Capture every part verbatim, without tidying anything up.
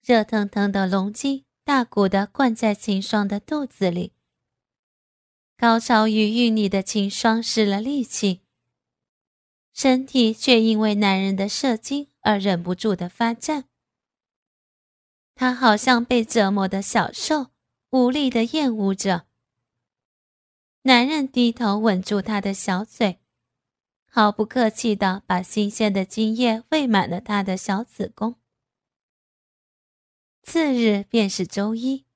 热腾腾的龙筋大股地灌在秦霜的肚子里。高潮与欲里的秦霜失了力气，身体却因为男人的射精而忍不住地发颤。他好像被折磨的小兽，无力地厌恶着。男人低头吻住她的小嘴，毫不客气地把新鲜的精液喂满了她的小子宫。次日便是周一。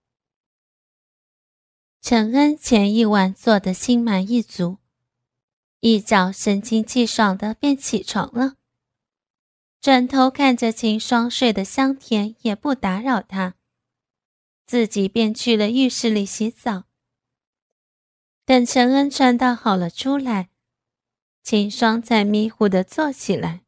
陈恩前一晚做得心满意足，一早神清气爽的便起床了，转头看着秦霜睡得香甜，也不打扰她，自己便去了浴室里洗澡。等陈恩穿搭好了出来，秦霜才迷糊地坐起来。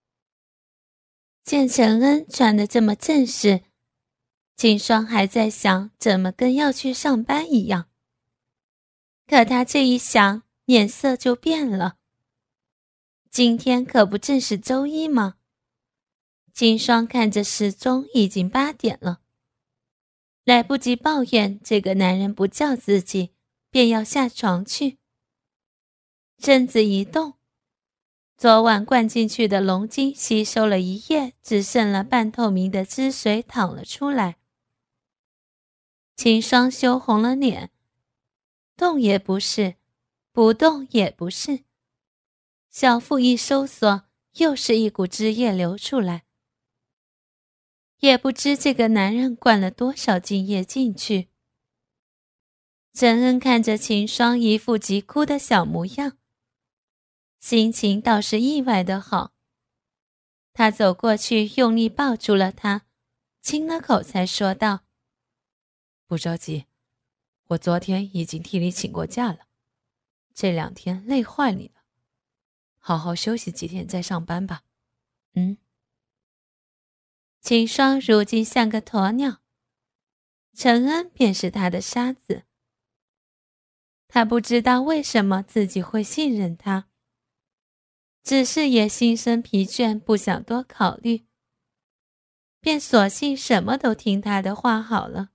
见陈恩穿得这么正式，秦霜还在想怎么跟要去上班一样，可她这一想，脸色就变了。今天可不正是周一吗？秦霜看着时钟，已经八点了，来不及抱怨这个男人不叫自己，便要下床去。身子一动，昨晚灌进去的龙筋吸收了一夜，只剩了半透明的汁水淌了出来。秦霜羞红了脸，动也不是，不动也不是，小腹一收缩，又是一股汁液流出来。也不知这个男人灌了多少精液进去。陈恩看着秦霜一副急哭的小模样，心情倒是意外的好。他走过去用力抱住了她，亲了口才说道： 不着急，我昨天已经替你请过假了，这两天累坏你了，好好休息几天再上班吧。嗯。 秦霜如今像个鸵鸟，陈恩便是他的沙子。他不知道为什么自己会信任他，只是也心生疲倦，不想多考虑，便索性什么都听他的话好了。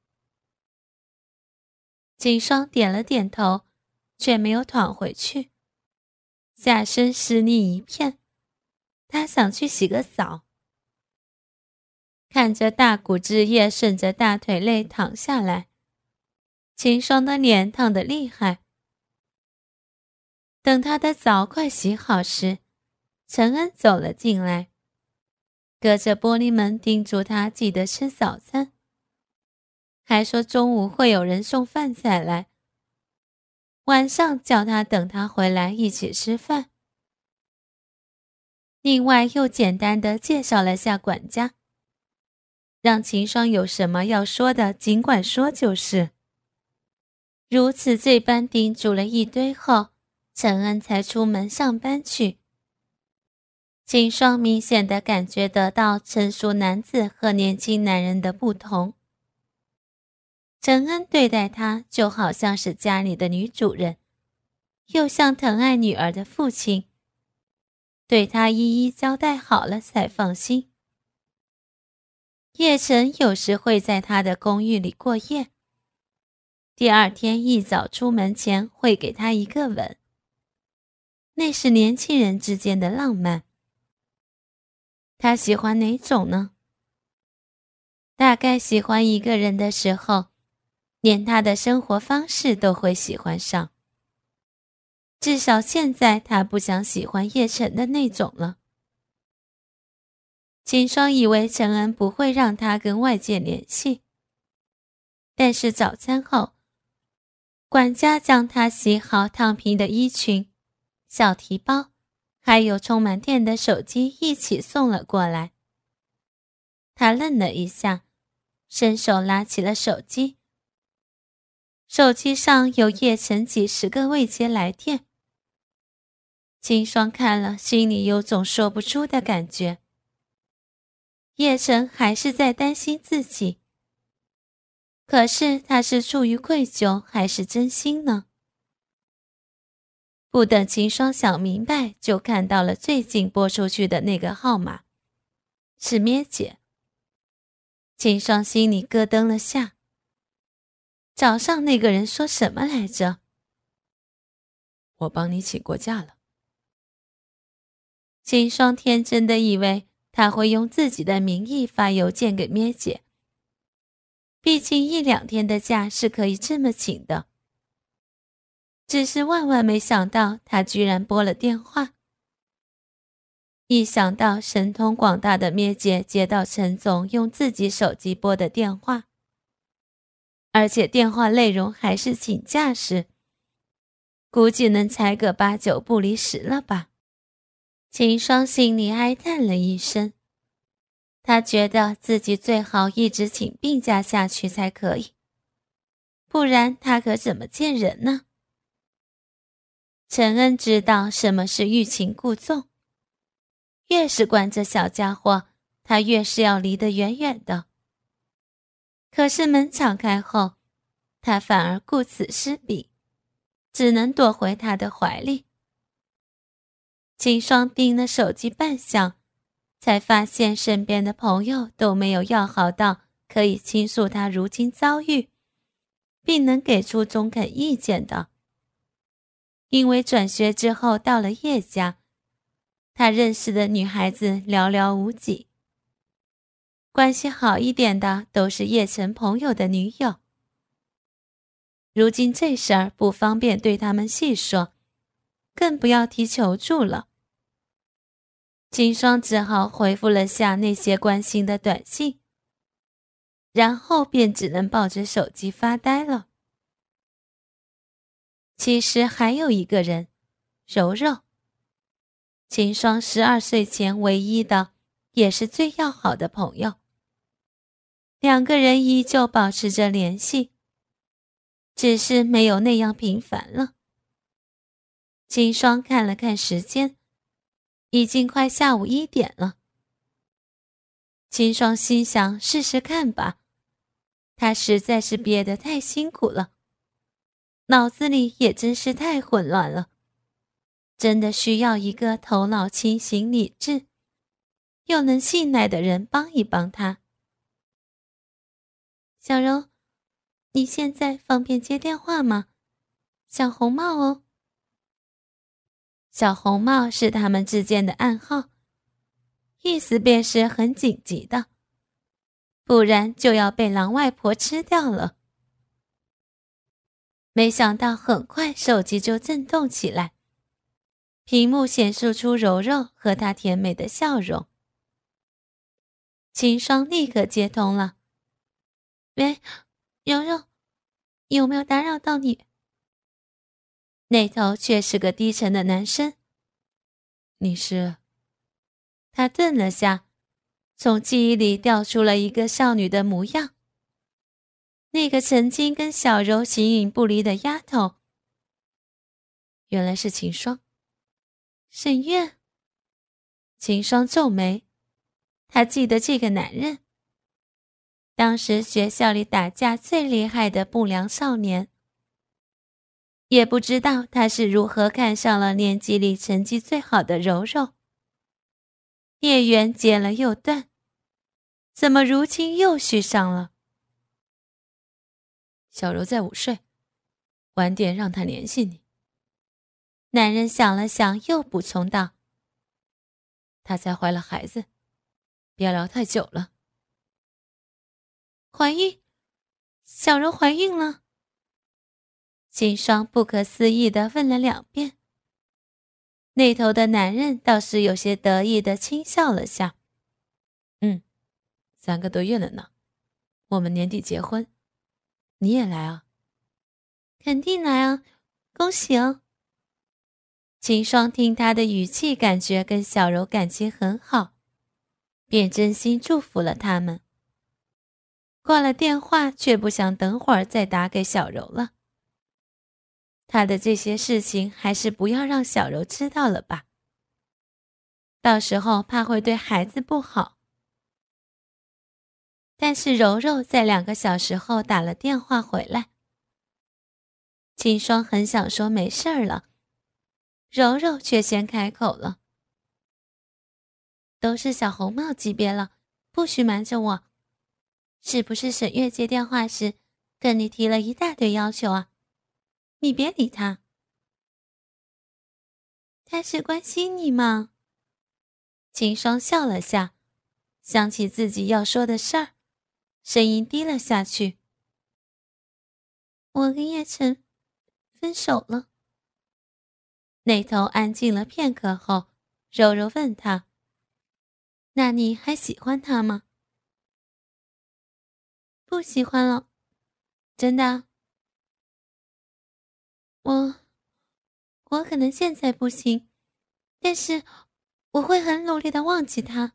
秦霜点了点头，却没有躺回去，下身湿腻一片，他想去洗个澡。看着大股汁液顺着大腿内淌下来，秦霜的脸烫得厉害。等他的澡快洗好时，陈恩走了进来，隔着玻璃门叮嘱他记得吃早餐，还说中午会有人送饭菜来，晚上叫他等他回来一起吃饭。另外又简单地介绍了下管家，让秦霜有什么要说的尽管说就是。如此这般叮嘱了一堆后，陈恩才出门上班去。秦霜明显地感觉得到成熟男子和年轻男人的不同。陈恩对待他就好像是家里的女主人，又像疼爱女儿的父亲，对他一一交代好了才放心。叶晨有时会在他的公寓里过夜，第二天一早出门前会给他一个吻，那是年轻人之间的浪漫。他喜欢哪种呢？大概喜欢一个人的时候，连他的生活方式都会喜欢上。至少现在他不想喜欢叶晨的那种了。秦霜以为陈恩不会让他跟外界联系，但是早餐后，管家将他洗好烫平的衣裙、小提包，还有充满电的手机一起送了过来。他愣了一下，伸手拉起了手机。手机上有叶晨几十个未接来电。秦霜看了，心里有种说不出的感觉。叶晨还是在担心自己，可是他是出于愧疚还是真心呢？不等秦霜想明白，就看到了最近拨出去的那个号码，是咩姐。 秦霜心里咯噔了下，早上那个人说什么来着？ 我帮你请过假了。 秦霜天真的以为他会用自己的名义发邮件给咩姐，毕竟一两天的假是可以这么请的。只是万万没想到他居然拨了电话。一想到神通广大的咩姐接到陈总用自己手机拨的电话，而且电话内容还是请假时，估计能猜个八九不离十了吧。秦霜心里哀叹了一声，他觉得自己最好一直请病假下去才可以，不然他可怎么见人呢？陈恩知道什么是欲擒故纵，越是管这小家伙，他越是要离得远远的。可是门敞开后，他反而顾此失彼，只能躲回他的怀里。秦霜盯了手机半晌，才发现身边的朋友都没有要好到可以倾诉他如今遭遇，并能给出中肯意见的。因为转学之后到了叶家，他认识的女孩子寥寥无几，关系好一点的都是叶城朋友的女友。如今这事儿不方便对他们细说，更不要提求助了。秦霜只好回复了下那些关心的短信，然后便只能抱着手机发呆了。其实还有一个人，柔柔。秦霜十二岁前唯一的，也是最要好的朋友。两个人依旧保持着联系，只是没有那样频繁了。秦霜看了看时间，已经快下午一点了。秦霜心想试试看吧，他实在是憋得太辛苦了，脑子里也真是太混乱了，真的需要一个头脑清醒理智又能信赖的人帮一帮他。小柔，你现在方便接电话吗？小红帽哦。小红帽是他们之间的暗号，意思便是很紧急的，不然就要被狼外婆吃掉了。没想到很快手机就震动起来，屏幕显示出柔柔和她甜美的笑容。秦霜立刻接通了。喂，柔柔，有没有打扰到你？那头却是个低沉的男声。 你是？ 他顿了下，从记忆里调出了一个少女的模样。那个曾经跟小柔形影不离的丫头， 原来是秦霜。 沈月。秦霜皱眉，他记得这个男人，当时学校里打架最厉害的不良少年。也不知道他是如何看上了年级里成绩最好的柔柔。孽缘结了又断，怎么如今又续上了？ 小柔在午睡，晚点让她联系你。 男人想了想，又补充道： 她才怀了孩子，别聊太久了。 怀孕？小柔怀孕了？秦霜不可思议地问了两遍。那头的男人倒是有些得意地轻笑了下。 嗯，三个多月了呢，我们年底结婚，你也来啊？ 肯定来啊，恭喜哦。秦霜听他的语气，感觉跟小柔感情很好，便真心祝福了他们。挂了电话，却不想等会儿再打给小柔了。他的这些事情还是不要让小柔知道了吧，到时候怕会对孩子不好。但是柔柔在两个小时后打了电话回来。秦霜很想说没事儿了，柔柔却先开口了：都是小红帽级别了，不许瞒着我。 是不是沈月接电话时跟你提了一大堆要求啊？你别理他。他是关心你吗？秦霜笑了下，想起自己要说的事儿，声音低了下去。我跟叶晨分手了。那头安静了片刻后，柔柔问他：那你还喜欢他吗？不喜欢了。真的啊？我我可能现在不行，但是我会很努力的忘记他。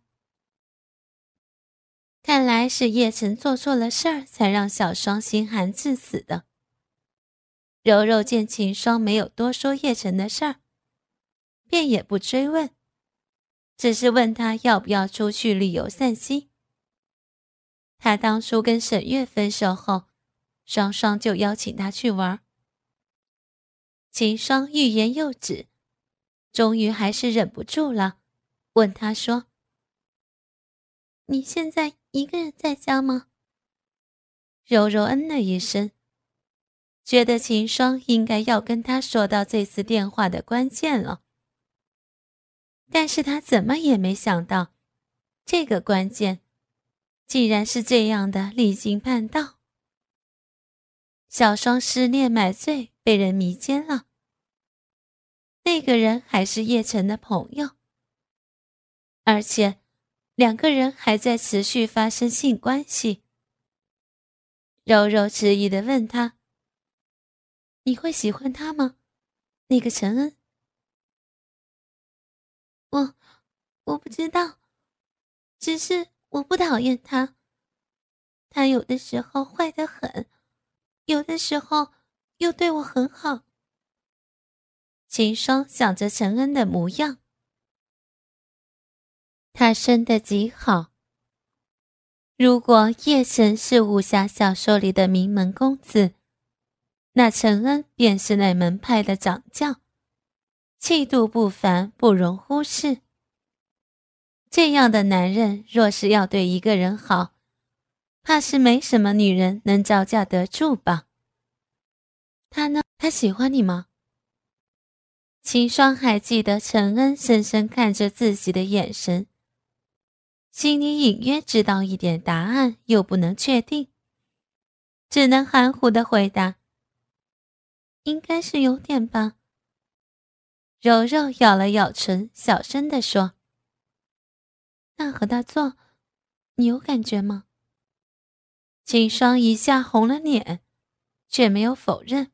看来是叶晨做错了事儿，才让小双心寒致死的。柔柔见秦霜没有多说叶晨的事儿，便也不追问，只是问他要不要出去旅游散心。他当初跟沈月分手后，双双就邀请他去玩。秦霜欲言又止，终于还是忍不住了，问他说：你现在一个人在家吗？柔柔嗯了一声，觉得秦霜应该要跟他说到这次电话的关键了。但是他怎么也没想到，这个关键竟然是这样的离经叛道。小双失恋买醉，被人迷奸了，那个人还是叶晨的朋友，而且两个人还在持续发生性关系。柔柔迟疑地问他：你会喜欢他吗？那个陈恩？我我不知道，只是我不讨厌他。他有的时候坏得很，有的时候又对我很好。秦霜想着陈恩的模样，他生得极好。如果叶晨是武侠小说里的名门公子，那陈恩便是那门派的掌教，气度不凡，不容忽视。这样的男人若是要对一个人好，怕是没什么女人能招架得住吧。他呢？他喜欢你吗？秦霜还记得陈恩深深看着自己的眼神，心里隐约知道一点答案，又不能确定，只能含糊地回答：应该是有点吧。柔柔咬了咬唇，小声地说：那和他做，你有感觉吗？秦霜一下红了脸，却没有否认。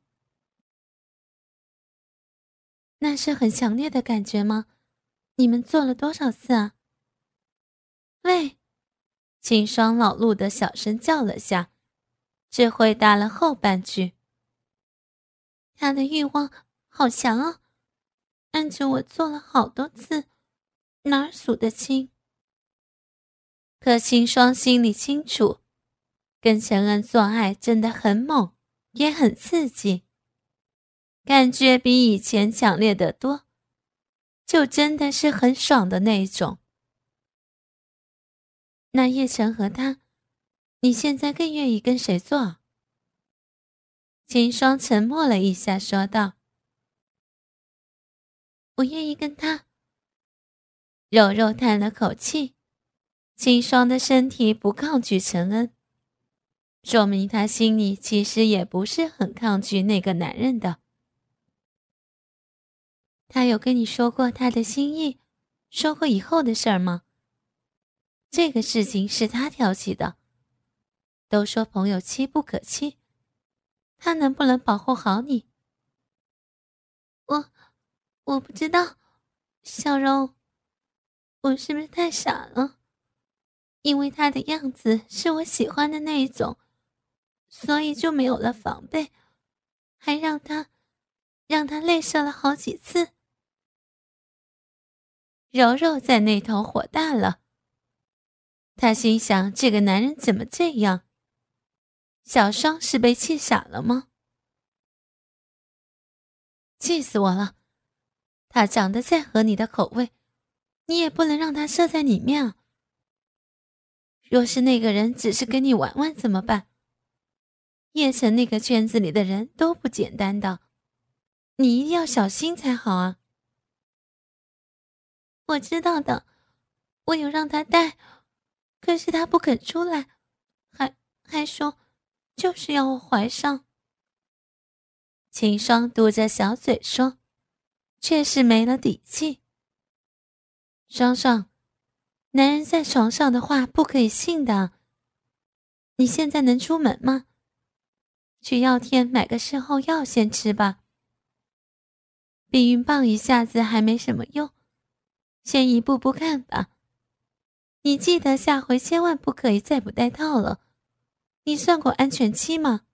那是很强烈的感觉吗？你们做了多少次啊？喂！秦霜老路的小声叫了下，只回答了后半句。他的欲望好强啊，按着我做了好多次，哪儿数得清？可秦霜心里清楚，跟陈恩做爱真的很猛，也很刺激，感觉比以前强烈得多，就真的是很爽的那种。那叶晨和他，你现在更愿意跟谁做？秦霜沉默了一下，说道：我愿意跟他。柔柔叹了口气，秦霜的身体不抗拒陈恩，说明他心里其实也不是很抗拒那个男人的。他有跟你说过他的心意，说过以后的事儿吗？这个事情是他挑起的，都说朋友妻不可欺，他能不能保护好你？我我不知道，小柔，我是不是太傻了？因为他的样子是我喜欢的那一种，所以就没有了防备，还让他让他泪射了好几次。柔柔在那头火大了，她心想这个男人怎么这样？小双是被气傻了吗？气死我了！他长得再合你的口味，你也不能让他射在里面啊！ 若是那个人只是跟你玩玩怎么办？叶城那个圈子里的人都不简单的，你一定要小心才好啊。我知道的，我有让他带，可是他不肯出来，还还说就是要我怀上。秦霜嘟着小嘴说，却是没了底气。双双，男人在床上的话不可以信的。你现在能出门吗？去药店买个事后药先吃吧。避孕棒一下子还没什么用，先一步步看吧。你记得下回千万不可以再不戴套了。你算过安全期吗？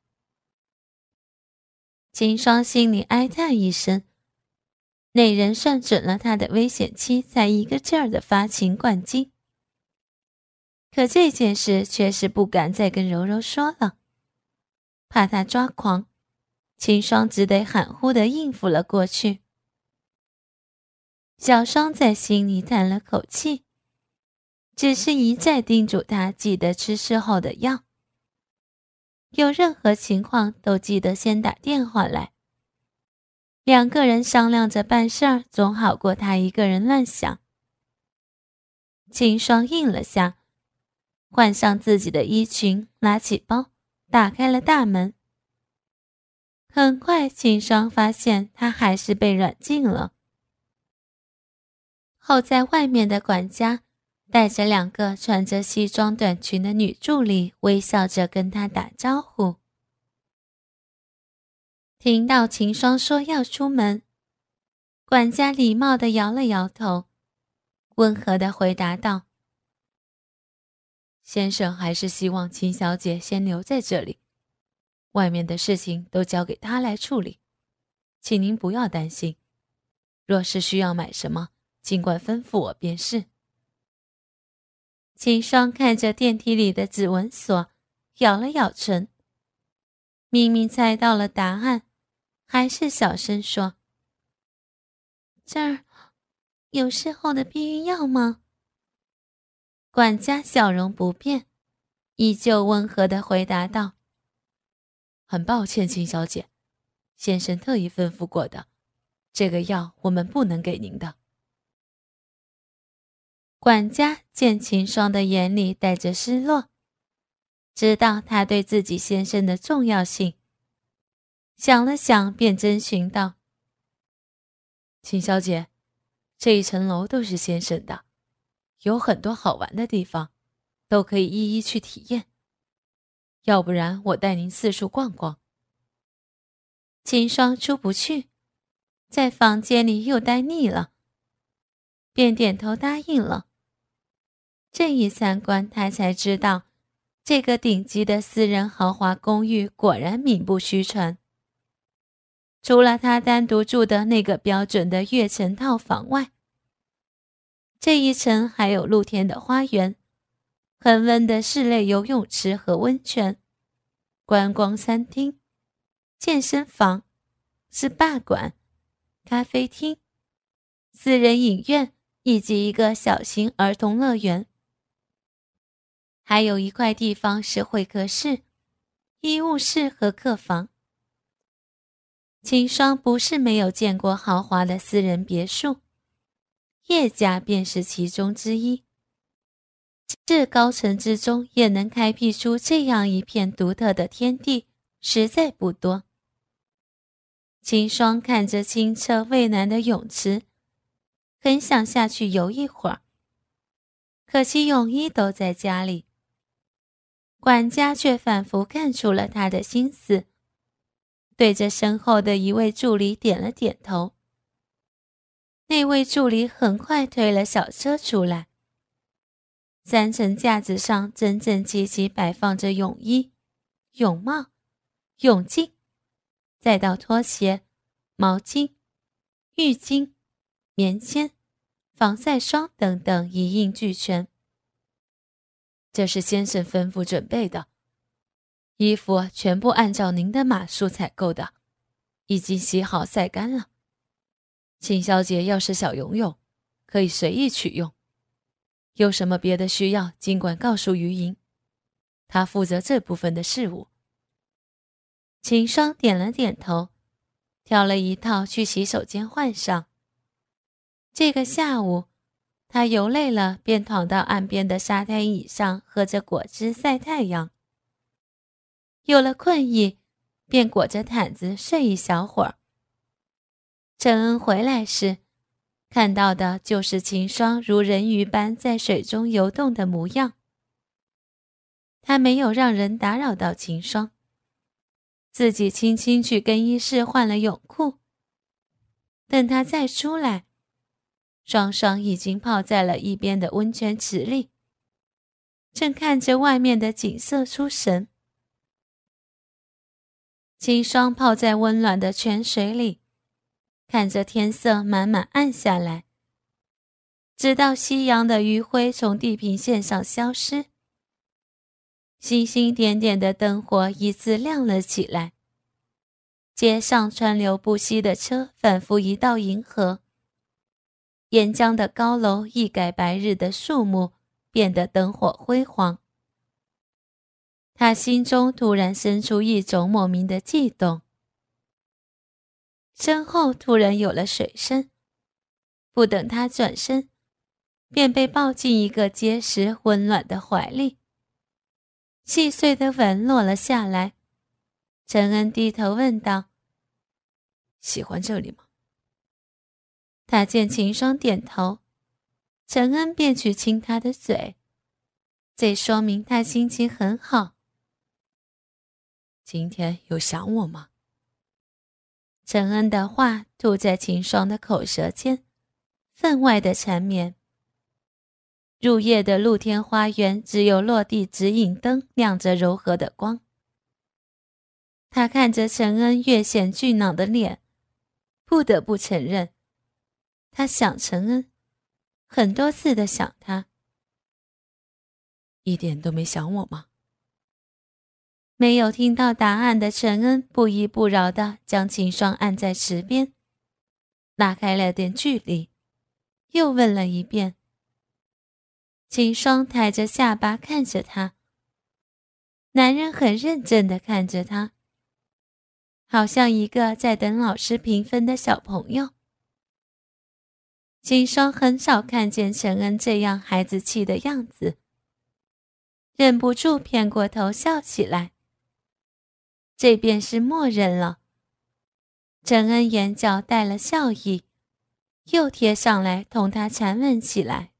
秦霜心里哀叹一声，那人算准了他的危险期，才一个劲儿的发情灌精。可这件事却是不敢再跟柔柔说了，怕他抓狂，秦霜只得含糊的应付了过去。小霜在心里叹了口气，只是一再叮嘱他记得吃事后的药，有任何情况都记得先打电话来。两个人商量着办事儿，总好过他一个人乱想。秦霜应了下，换上自己的衣裙，拿起包，打开了大门。很快，秦霜发现他还是被软禁了。候在外面的管家带着两个穿着西装短裙的女助理，微笑着跟他打招呼。听到秦霜说要出门，管家礼貌地摇了摇头，温和地回答道： 先生还是希望秦小姐先留在这里，外面的事情都交给她来处理，请您不要担心，若是需要买什么，尽管吩咐我便是。 秦霜看着电梯里的指纹锁，咬了咬唇，明明猜到了答案，还是小声说：这儿有事后的避孕药吗？管家笑容不变，依旧温和地回答道： 很抱歉，秦小姐，先生特意吩咐过的，这个药我们不能给您的。 管家见秦霜的眼里带着失落，知道他对自己先生的重要性，想了想便征询道： 秦小姐，这一层楼都是先生的，有很多好玩的地方，都可以一一去体验，要不然我带您四处逛逛。 秦霜出不去，在房间里又待腻了，便点头答应了。这一参观，他才知道这个顶级的私人豪华公寓果然名不虚传。除了他单独住的那个标准的跃层套房外，这一层还有露天的花园，恒温的室内游泳池和温泉，观光餐厅、健身房、S P A馆、咖啡厅、私人影院以及一个小型儿童乐园。还有一块地方是会客室、医务室和客房。秦霜不是没有见过豪华的私人别墅，叶家便是其中之一。这高层之中也能开辟出这样一片独特的天地，实在不多。秦霜看着清澈蔚蓝的泳池，很想下去游一会儿，可惜泳衣都在家里。管家却仿佛看出了他的心思，对着身后的一位助理点了点头。那位助理很快推了小车出来，三层架子上整整齐齐摆放着泳衣、泳帽、泳镜，再到拖鞋、毛巾、浴巾、棉签、防晒霜等等，一应俱全。 这是先生吩咐准备的，衣服全部按照您的码数采购的，已经洗好晒干了。秦小姐要是想游泳，可以随意取用。 有什么别的需要，尽管告诉于莹，她负责这部分的事务。 秦霜点了点头，挑了一套去洗手间换上。这个下午，他游累了，便躺到岸边的沙滩椅上，喝着果汁晒太阳。有了困意，便裹着毯子睡一小会儿。陈恩回来时，看到的就是秦霜如人鱼般在水中游动的模样。他没有让人打扰到秦霜，自己轻轻去更衣室换了泳裤。等他再出来，双双已经泡在了一边的温泉池里，正看着外面的景色出神。秦霜泡在温暖的泉水里，看着天色慢慢暗下来，直到夕阳的余晖从地平线上消失，星星点点的灯火依次亮了起来。街上川流不息的车仿佛一道银河，沿江的高楼一改白日的肃穆，变得灯火辉煌。他心中突然生出一种莫名的悸动。身后突然有了水声，不等他转身，便被抱进一个结实温暖的怀里。细碎的吻落了下来，陈恩低头问道： 喜欢这里吗？ 他见秦霜点头，陈恩便去亲他的嘴，这说明他心情很好。 今天有想我吗？ 陈恩的话吐在秦霜的口舌间，分外的缠绵。入夜的露天花园只有落地指引灯亮着柔和的光。他看着陈恩越显俊朗的脸，不得不承认，他想陈恩，很多次的想他。 一点都没想我吗？ 没有听到答案的陈恩不依不饶地将秦霜按在池边，拉开了点距离，又问了一遍。秦霜抬着下巴看着他，男人很认真地看着他，好像一个在等老师评分的小朋友。秦霜很少看见陈恩这样孩子气的样子，忍不住偏过头笑起来。这便是默认了。陈恩眼角带了笑意，又贴上来同他缠吻起来。